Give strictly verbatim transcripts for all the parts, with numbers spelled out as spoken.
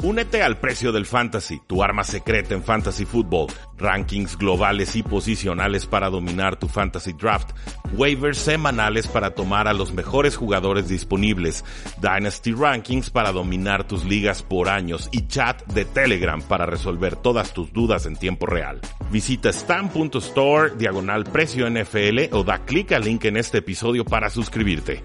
Únete al Precio del Fantasy, tu arma secreta en Fantasy Football, rankings globales y posicionales para dominar tu Fantasy Draft, waivers semanales para tomar a los mejores jugadores disponibles, Dynasty Rankings para dominar tus ligas por años y chat de Telegram para resolver todas tus dudas en tiempo real. Visita stan punto store diagonal precio N F L o da clic al link en este episodio para suscribirte.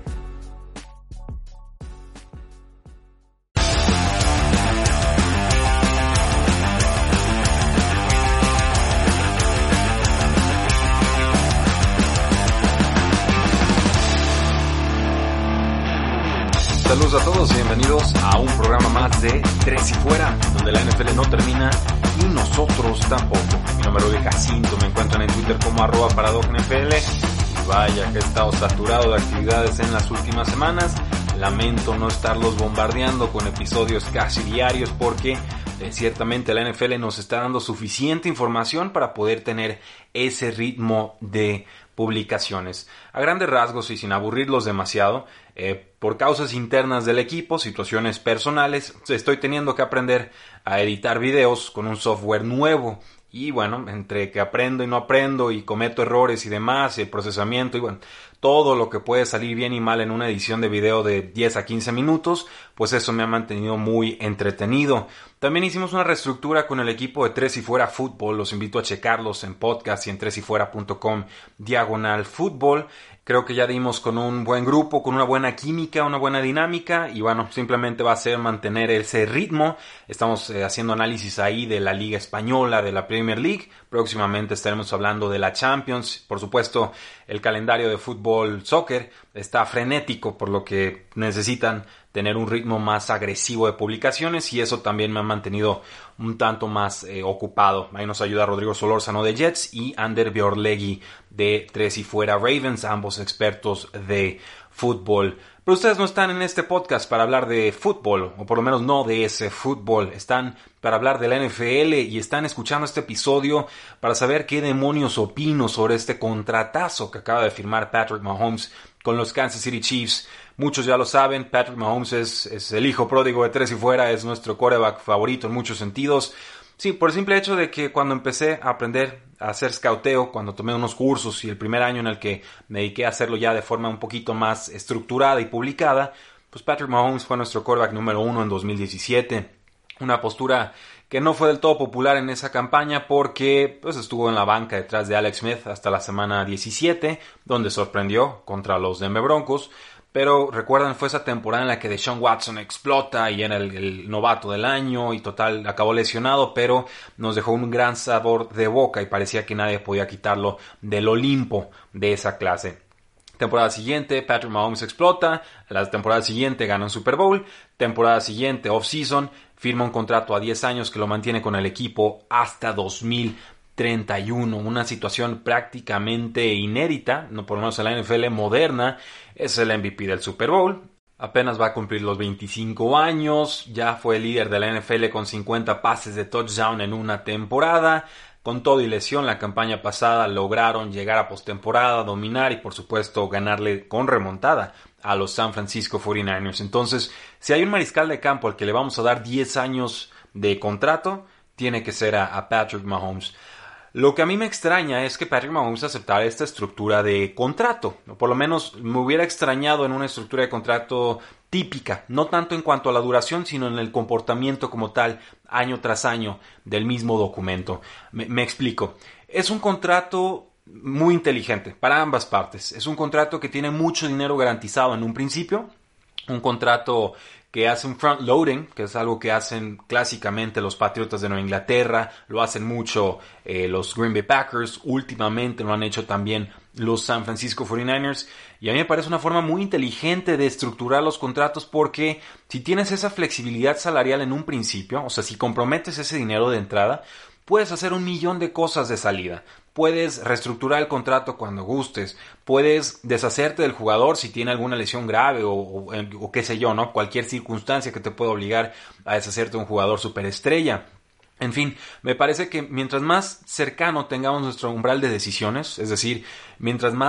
Saludos a todos y bienvenidos a un programa más de Tres y Fuera, donde la N F L no termina y nosotros tampoco. Mi nombre es Rodri Jacinto, me encuentran en Twitter como arroba paradojnfl. Y vaya que he estado saturado de actividades en las últimas semanas. Lamento no estarlos bombardeando con episodios casi diarios porque eh, ciertamente la N F L nos está dando suficiente información para poder tener ese ritmo de publicaciones. A grandes rasgos y sin aburrirlos demasiado, eh, por causas internas del equipo, situaciones personales, estoy teniendo que aprender a editar videos con un software nuevo. Y bueno, entre que aprendo y no aprendo y cometo errores y demás, y el procesamiento y bueno, todo lo que puede salir bien y mal en una edición de video de diez a quince minutos, pues eso me ha mantenido muy entretenido. También hicimos una reestructura con el equipo de Tres y Fuera Fútbol, los invito a checarlos en podcast y en tres y fuera punto com diagonal fútbol. Creo que ya dimos con un buen grupo, con una buena química, una buena dinámica y bueno, simplemente va a ser mantener ese ritmo. Estamos eh, haciendo análisis ahí de la Liga Española, de la Premier League. Próximamente estaremos hablando de la Champions. Por supuesto, el calendario de fútbol, soccer, está frenético, por lo que necesitan tener un ritmo más agresivo de publicaciones y eso también me ha mantenido un tanto más eh, ocupado. Ahí nos ayuda Rodrigo Solórzano de Jets y Ander Bjorlegui de Tres y Fuera Ravens, ambos expertos de fútbol. Pero ustedes no están en este podcast para hablar de fútbol, o por lo menos no de ese fútbol. Están para hablar de la N F L y están escuchando este episodio para saber qué demonios opino sobre este contratazo que acaba de firmar Patrick Mahomes con los Kansas City Chiefs. Muchos ya lo saben, Patrick Mahomes es, es el hijo pródigo de Tres y Fuera, es nuestro quarterback favorito en muchos sentidos. Sí, por el simple hecho de que cuando empecé a aprender a hacer scouteo, cuando tomé unos cursos y el primer año en el que me dediqué a hacerlo ya de forma un poquito más estructurada y publicada, pues Patrick Mahomes fue nuestro quarterback número uno en dos mil diecisiete. Una postura que no fue del todo popular en esa campaña porque pues, estuvo en la banca detrás de Alex Smith hasta la semana diecisiete, donde sorprendió contra los Denver Broncos. Pero recuerdan, fue esa temporada en la que Deshaun Watson explota y era el, el novato del año y total acabó lesionado, pero nos dejó un gran sabor de boca y parecía que nadie podía quitarlo del Olimpo de esa clase. Temporada siguiente, Patrick Mahomes explota, la temporada siguiente gana un Super Bowl, temporada siguiente, off-season, firma un contrato a diez años que lo mantiene con el equipo hasta dos mil treinta y uno, una situación prácticamente inédita, no por lo menos en la N F L moderna. Es el M V P del Super Bowl, apenas va a cumplir los veinticinco años, ya fue el líder de la N F L con cincuenta pases de touchdown en una temporada. Con todo y lesión, la campaña pasada lograron llegar a postemporada, dominar y por supuesto ganarle con remontada a los San Francisco cuarenta y nueve ers. Entonces, si hay un mariscal de campo al que le vamos a dar diez años de contrato, tiene que ser a, a Patrick Mahomes. Lo que a mí me extraña es que Patrick Mahomes aceptara esta estructura de contrato. O por lo menos me hubiera extrañado en una estructura de contrato típica. No tanto en cuanto a la duración, sino en el comportamiento como tal, año tras año, del mismo documento. Me, me explico. Es un contrato muy inteligente para ambas partes. Es un contrato que tiene mucho dinero garantizado en un principio. Un contrato que hace un front loading, que es algo que hacen clásicamente los Patriotas de Nueva Inglaterra, lo hacen mucho eh, los Green Bay Packers, últimamente lo han hecho también los San Francisco cuarenta y nueve ers, y a mí me parece una forma muy inteligente de estructurar los contratos porque si tienes esa flexibilidad salarial en un principio, o sea, si comprometes ese dinero de entrada, puedes hacer un millón de cosas de salida. Puedes reestructurar el contrato cuando gustes, puedes deshacerte del jugador si tiene alguna lesión grave o, o, o qué sé yo, ¿no? Cualquier circunstancia que te pueda obligar a deshacerte de un jugador superestrella. En fin, me parece que mientras más cercano tengamos nuestro umbral de decisiones, es decir, mientras más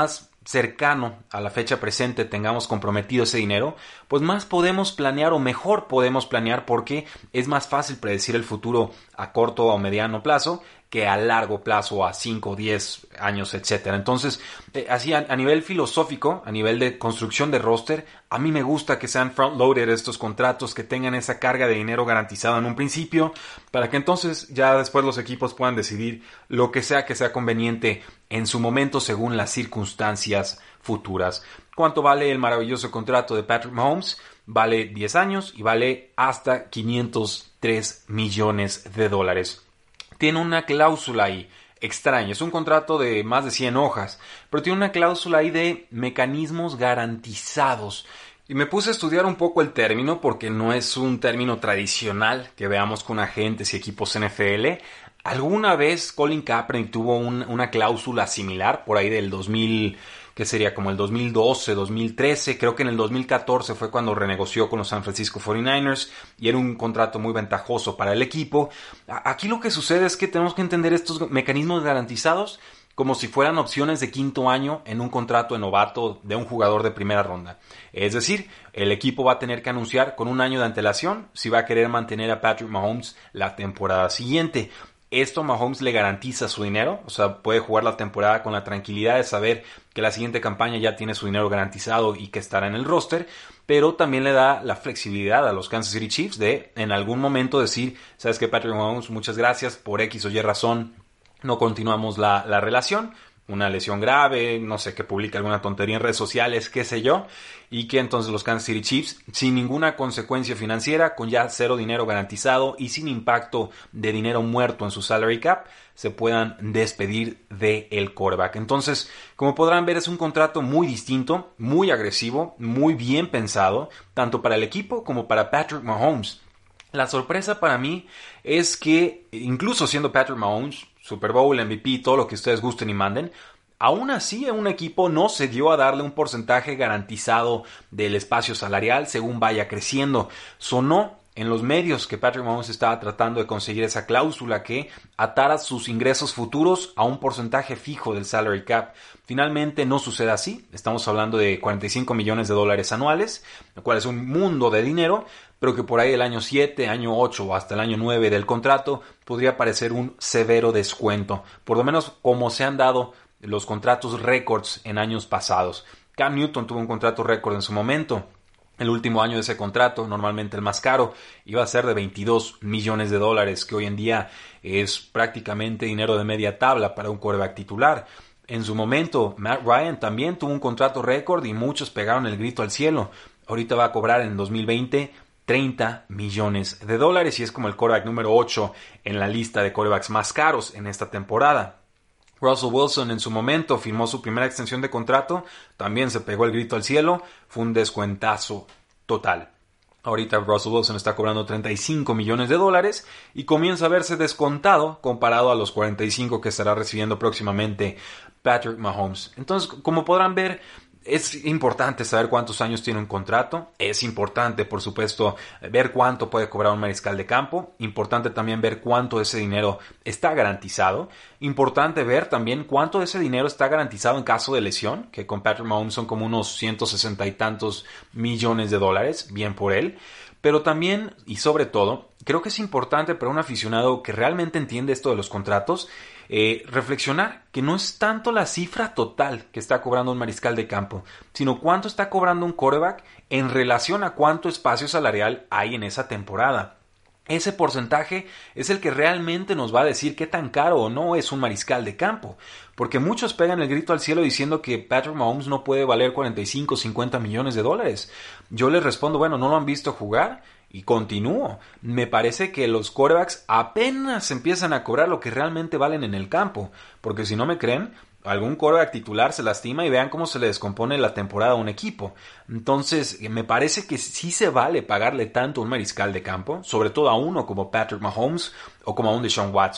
cercano a la fecha presente tengamos comprometido ese dinero, pues más podemos planear o mejor podemos planear, porque es más fácil predecir el futuro a corto o mediano plazo que a largo plazo, a cinco, diez años, etcétera. Entonces, eh, así a, a nivel filosófico, a nivel de construcción de roster, a mí me gusta que sean front-loaded estos contratos, que tengan esa carga de dinero garantizado en un principio, para que entonces ya después los equipos puedan decidir lo que sea que sea conveniente en su momento según las circunstancias futuras. ¿Cuánto vale el maravilloso contrato de Patrick Mahomes? Vale diez años y vale hasta quinientos tres millones de dólares. Tiene una cláusula ahí extraña, es un contrato de más de cien hojas, pero tiene una cláusula ahí de mecanismos garantizados. Y me puse a estudiar un poco el término, porque no es un término tradicional que veamos con agentes y equipos N F L. Alguna vez Colin Kaepernick tuvo un, una cláusula similar por ahí del dos mil, que sería como el dos mil doce, dos mil trece, creo que en el dos mil catorce fue cuando renegoció con los San Francisco cuarenta y nueve ers y era un contrato muy ventajoso para el equipo. Aquí lo que sucede es que tenemos que entender estos mecanismos garantizados como si fueran opciones de quinto año en un contrato de novato de un jugador de primera ronda. Es decir, el equipo va a tener que anunciar con un año de antelación si va a querer mantener a Patrick Mahomes la temporada siguiente. Esto Mahomes le garantiza su dinero, o sea, puede jugar la temporada con la tranquilidad de saber que la siguiente campaña ya tiene su dinero garantizado y que estará en el roster, pero también le da la flexibilidad a los Kansas City Chiefs de en algún momento decir, sabes que Patrick Mahomes, muchas gracias, por X o Y razón no continuamos la, la relación, una lesión grave, no sé, que publique alguna tontería en redes sociales, qué sé yo, y que entonces los Kansas City Chiefs, sin ninguna consecuencia financiera, con ya cero dinero garantizado y sin impacto de dinero muerto en su salary cap, se puedan despedir del quarterback. Entonces, como podrán ver, es un contrato muy distinto, muy agresivo, muy bien pensado, tanto para el equipo como para Patrick Mahomes. La sorpresa para mí es que, incluso siendo Patrick Mahomes, Super Bowl, M V P, todo lo que ustedes gusten y manden, aún así un equipo no se dio a darle un porcentaje garantizado del espacio salarial según vaya creciendo. Sonó en los medios que Patrick Mahomes estaba tratando de conseguir esa cláusula que atara sus ingresos futuros a un porcentaje fijo del salary cap. Finalmente no sucede así. Estamos hablando de cuarenta y cinco millones de dólares anuales, lo cual es un mundo de dinero, pero que por ahí el año siete, año ocho o hasta el año nueve del contrato podría parecer un severo descuento, por lo menos como se han dado los contratos récords en años pasados. Cam Newton tuvo un contrato récord en su momento. El último año de ese contrato, normalmente el más caro, iba a ser de veintidós millones de dólares, que hoy en día es prácticamente dinero de media tabla para un quarterback titular. En su momento, Matt Ryan también tuvo un contrato récord y muchos pegaron el grito al cielo. Ahorita va a cobrar en dos mil veinte treinta millones de dólares y es como el quarterback número ocho en la lista de quarterbacks más caros en esta temporada. Russell Wilson en su momento firmó su primera extensión de contrato, también se pegó el grito al cielo, fue un descuentazo total. Ahorita Russell Wilson está cobrando treinta y cinco millones de dólares y comienza a verse descontado comparado a los cuarenta y cinco que estará recibiendo próximamente Patrick Mahomes. Entonces, como podrán ver, es importante saber cuántos años tiene un contrato. Es importante, por supuesto, ver cuánto puede cobrar un mariscal de campo. Importante también ver cuánto de ese dinero está garantizado. Importante ver también cuánto de ese dinero está garantizado en caso de lesión, que con Patrick Mahomes son como unos ciento sesenta y tantos millones de dólares. Bien por él. Pero también, y sobre todo, creo que es importante para un aficionado que realmente entiende esto de los contratos, Eh, reflexionar que no es tanto la cifra total que está cobrando un mariscal de campo, sino cuánto está cobrando un quarterback en relación a cuánto espacio salarial hay en esa temporada. Ese porcentaje es el que realmente nos va a decir qué tan caro o no es un mariscal de campo, porque muchos pegan el grito al cielo diciendo que Patrick Mahomes no puede valer cuarenta y cinco o cincuenta millones de dólares. Yo les respondo, bueno, ¿no lo han visto jugar? Y continúo. Me parece que los quarterbacks apenas empiezan a cobrar lo que realmente valen en el campo. Porque si no me creen, algún quarterback titular se lastima y vean cómo se le descompone la temporada a un equipo. Entonces, me parece que sí se vale pagarle tanto a un mariscal de campo, sobre todo a uno como Patrick Mahomes o como a un Deshaun Watson,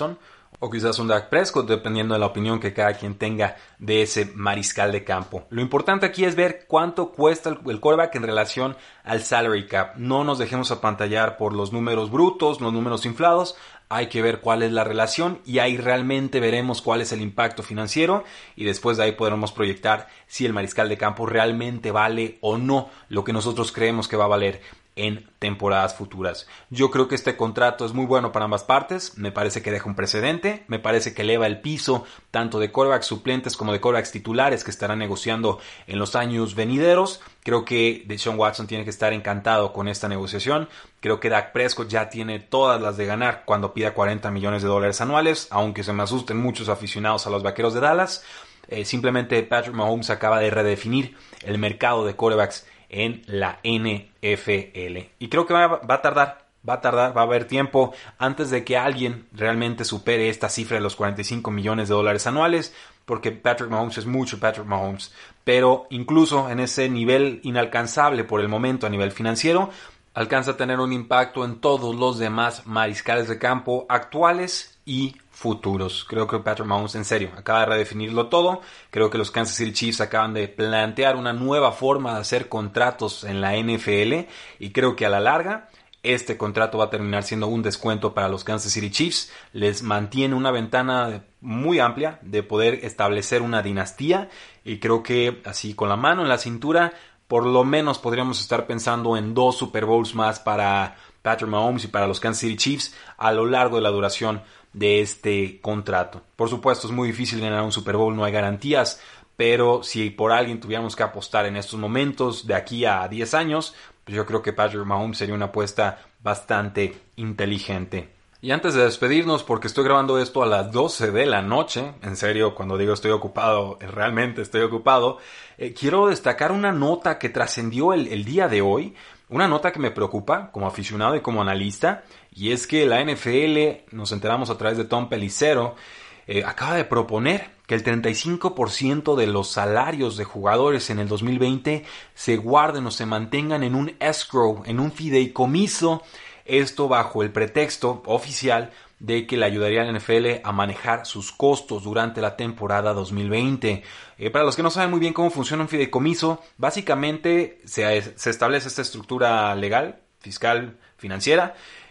o quizás un Dak Prescott, dependiendo de la opinión que cada quien tenga de ese mariscal de campo. Lo importante aquí es ver cuánto cuesta el, el quarterback en relación al salary cap. No nos dejemos apantallar por los números brutos, los números inflados. Hay que ver cuál es la relación y ahí realmente veremos cuál es el impacto financiero y después de ahí podremos proyectar si el mariscal de campo realmente vale o no lo que nosotros creemos que va a valer en temporadas futuras. Yo creo que este contrato es muy bueno para ambas partes, me parece que deja un precedente, me parece que eleva el piso tanto de quarterbacks suplentes como de quarterbacks titulares que estarán negociando en los años venideros. Creo que Deshaun Watson tiene que estar encantado con esta negociación. Creo que Dak Prescott ya tiene todas las de ganar cuando pida cuarenta millones de dólares anuales, aunque se me asusten muchos aficionados a los Vaqueros de Dallas. Eh, simplemente Patrick Mahomes acaba de redefinir el mercado de quarterbacks en la N F L. Y creo que va, va a tardar, va a tardar, va a haber tiempo antes de que alguien realmente supere esta cifra de los cuarenta y cinco millones de dólares anuales, porque Patrick Mahomes es mucho Patrick Mahomes. Pero incluso en ese nivel inalcanzable por el momento a nivel financiero, alcanza a tener un impacto en todos los demás mariscales de campo actuales y futuros. Creo que Patrick Mahomes, en serio, acaba de redefinirlo todo. Creo que los Kansas City Chiefs acaban de plantear una nueva forma de hacer contratos en la N F L y creo que a la larga este contrato va a terminar siendo un descuento para los Kansas City Chiefs. Les mantiene una ventana muy amplia de poder establecer una dinastía y creo que así con la mano en la cintura por lo menos podríamos estar pensando en dos Super Bowls más para Patrick Mahomes y para los Kansas City Chiefs a lo largo de la duración de este contrato. Por supuesto es muy difícil ganar un Super Bowl, no hay garantías, pero si por alguien tuviéramos que apostar en estos momentos de aquí a diez años, pues yo creo que Patrick Mahomes sería una apuesta bastante inteligente. Y antes de despedirnos, porque estoy grabando esto a las doce de la noche, en serio, cuando digo estoy ocupado, realmente estoy ocupado, eh, quiero destacar una nota que trascendió el, el día de hoy, una nota que me preocupa como aficionado y como analista, y es que la N F L, nos enteramos a través de Tom Pelissero, eh, acaba de proponer que el treinta y cinco por ciento de los salarios de jugadores en el dos mil veinte se guarden o se mantengan en un escrow, en un fideicomiso, esto bajo el pretexto oficial de que le ayudaría a la N F L a manejar sus costos durante la temporada dos mil veinte. Eh, para los que no saben muy bien cómo funciona un fideicomiso, básicamente se, se establece esta estructura legal, fiscal, financiera,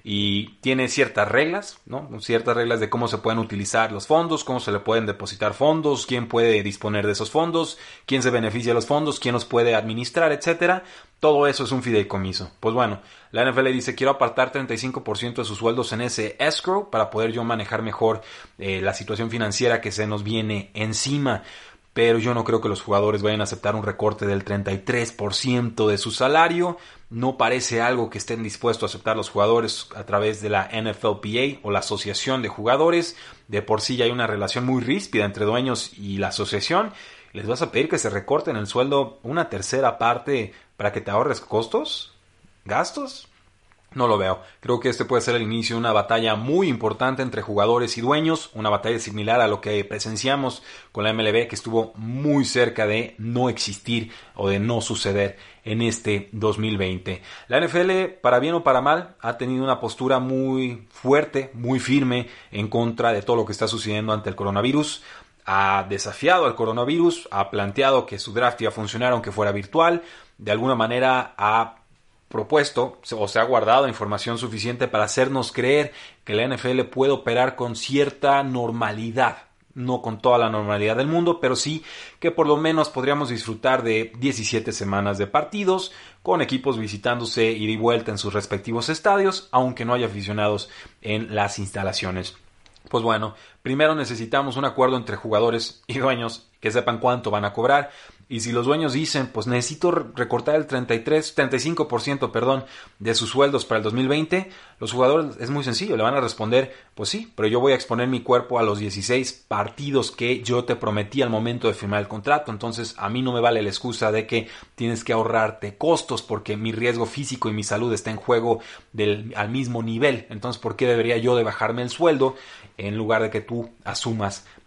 y tiene ciertas reglas, ¿no? Ciertas reglas de cómo se pueden utilizar los fondos, cómo se le pueden depositar fondos, quién puede disponer de esos fondos, quién se beneficia de los fondos, quién los puede administrar, etcétera. Todo eso es un fideicomiso. Pues bueno, la N F L dice, quiero apartar treinta y cinco por ciento de sus sueldos en ese escrow para poder yo manejar mejor eh, la situación financiera que se nos viene encima. Pero yo no creo que los jugadores vayan a aceptar un recorte del treinta y tres por ciento de su salario. No parece algo que estén dispuestos a aceptar los jugadores a través de la N F L P A o la Asociación de Jugadores. De por sí ya hay una relación muy ríspida entre dueños y la asociación. ¿Les vas a pedir que se recorten el sueldo una tercera parte para que te ahorres costos? ¿Gastos? No lo veo. Creo que este puede ser el inicio de una batalla muy importante entre jugadores y dueños, una batalla similar a lo que presenciamos con la M L B, que estuvo muy cerca de no existir o de no suceder en este dos mil veinte. La N F L, para bien o para mal, ha tenido una postura muy fuerte, muy firme en contra de todo lo que está sucediendo ante el coronavirus. Ha desafiado al coronavirus, ha planteado que su draft iba a funcionar aunque fuera virtual, de alguna manera ha propuesto o se ha guardado información suficiente para hacernos creer que la N F L puede operar con cierta normalidad, no con toda la normalidad del mundo, pero sí que por lo menos podríamos disfrutar de diecisiete semanas de partidos con equipos visitándose ida y vuelta en sus respectivos estadios, aunque no haya aficionados en las instalaciones. Pues bueno, primero necesitamos un acuerdo entre jugadores y dueños que sepan cuánto van a cobrar. Y si los dueños dicen, pues necesito recortar el treinta y tres, treinta y cinco por ciento, perdón, de sus sueldos para el dos mil veinte, los jugadores es muy sencillo, le van a responder, pues sí, pero yo voy a exponer mi cuerpo a los dieciséis partidos que yo te prometí al momento de firmar el contrato. Entonces a mí no me vale la excusa de que tienes que ahorrarte costos porque mi riesgo físico y mi salud está en juego del, al mismo nivel. Entonces, ¿por qué debería yo de bajarme el sueldo en lugar de que tú asumas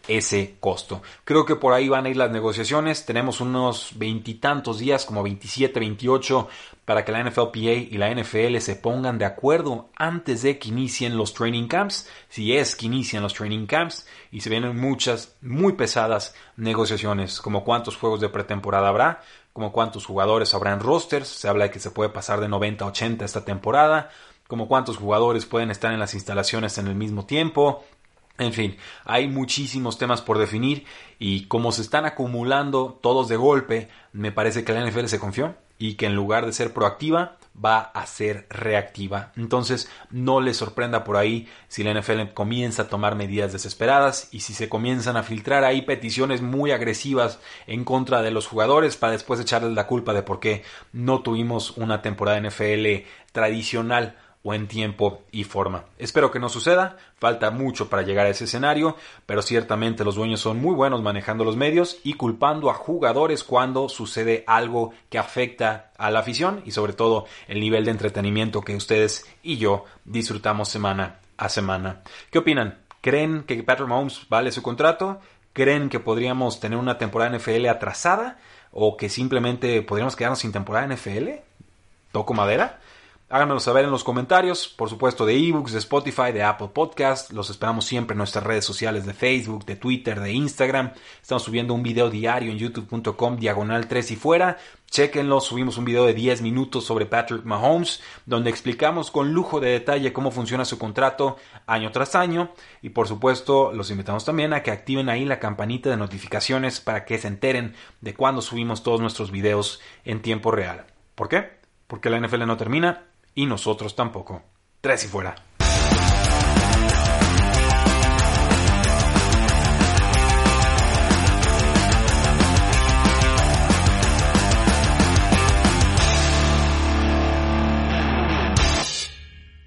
ese costo. Creo que por ahí van a ir las negociaciones. Tenemos unos veintitantos días, como veintisiete, veintiocho, para que la N F L P A y la N F L se pongan de acuerdo antes de que inicien los training camps, si es que inician los training camps, y se vienen muchas, muy pesadas negociaciones, como cuántos juegos de pretemporada habrá, como cuántos jugadores habrá en rosters. Se habla de que se puede pasar de noventa a ochenta esta temporada, como cuántos jugadores pueden estar en las instalaciones en el mismo tiempo. En fin, hay muchísimos temas por definir y como se están acumulando todos de golpe, me parece que la N F L se confió y que en lugar de ser proactiva va a ser reactiva. Entonces no les sorprenda por ahí si la N F L comienza a tomar medidas desesperadas y si se comienzan a filtrar ahí peticiones muy agresivas en contra de los jugadores para después echarles la culpa de por qué no tuvimos una temporada N F L tradicional o en tiempo y forma. Espero que no suceda, falta mucho para llegar a ese escenario, pero ciertamente los dueños son muy buenos manejando los medios y culpando a jugadores cuando sucede algo que afecta a la afición y sobre todo el nivel de entretenimiento que ustedes y yo disfrutamos semana a semana. ¿Qué opinan? ¿Creen que Patrick Mahomes vale su contrato? ¿Creen que podríamos tener una temporada N F L atrasada? ¿O que simplemente podríamos quedarnos sin temporada N F L? ¿Toco madera? Háganmelo saber en los comentarios, por supuesto de ebooks, de Spotify, de Apple Podcast. Los esperamos siempre en nuestras redes sociales de Facebook, de Twitter, de Instagram. Estamos subiendo un video diario en youtube punto com diagonal tres y fuera. Chéquenlo, subimos un video de diez minutos sobre Patrick Mahomes, donde explicamos con lujo de detalle cómo funciona su contrato año tras año. Y por supuesto, los invitamos también a que activen ahí la campanita de notificaciones para que se enteren de cuando subimos todos nuestros videos en tiempo real. ¿Por qué? Porque la N F L no termina y nosotros tampoco. Tres y fuera.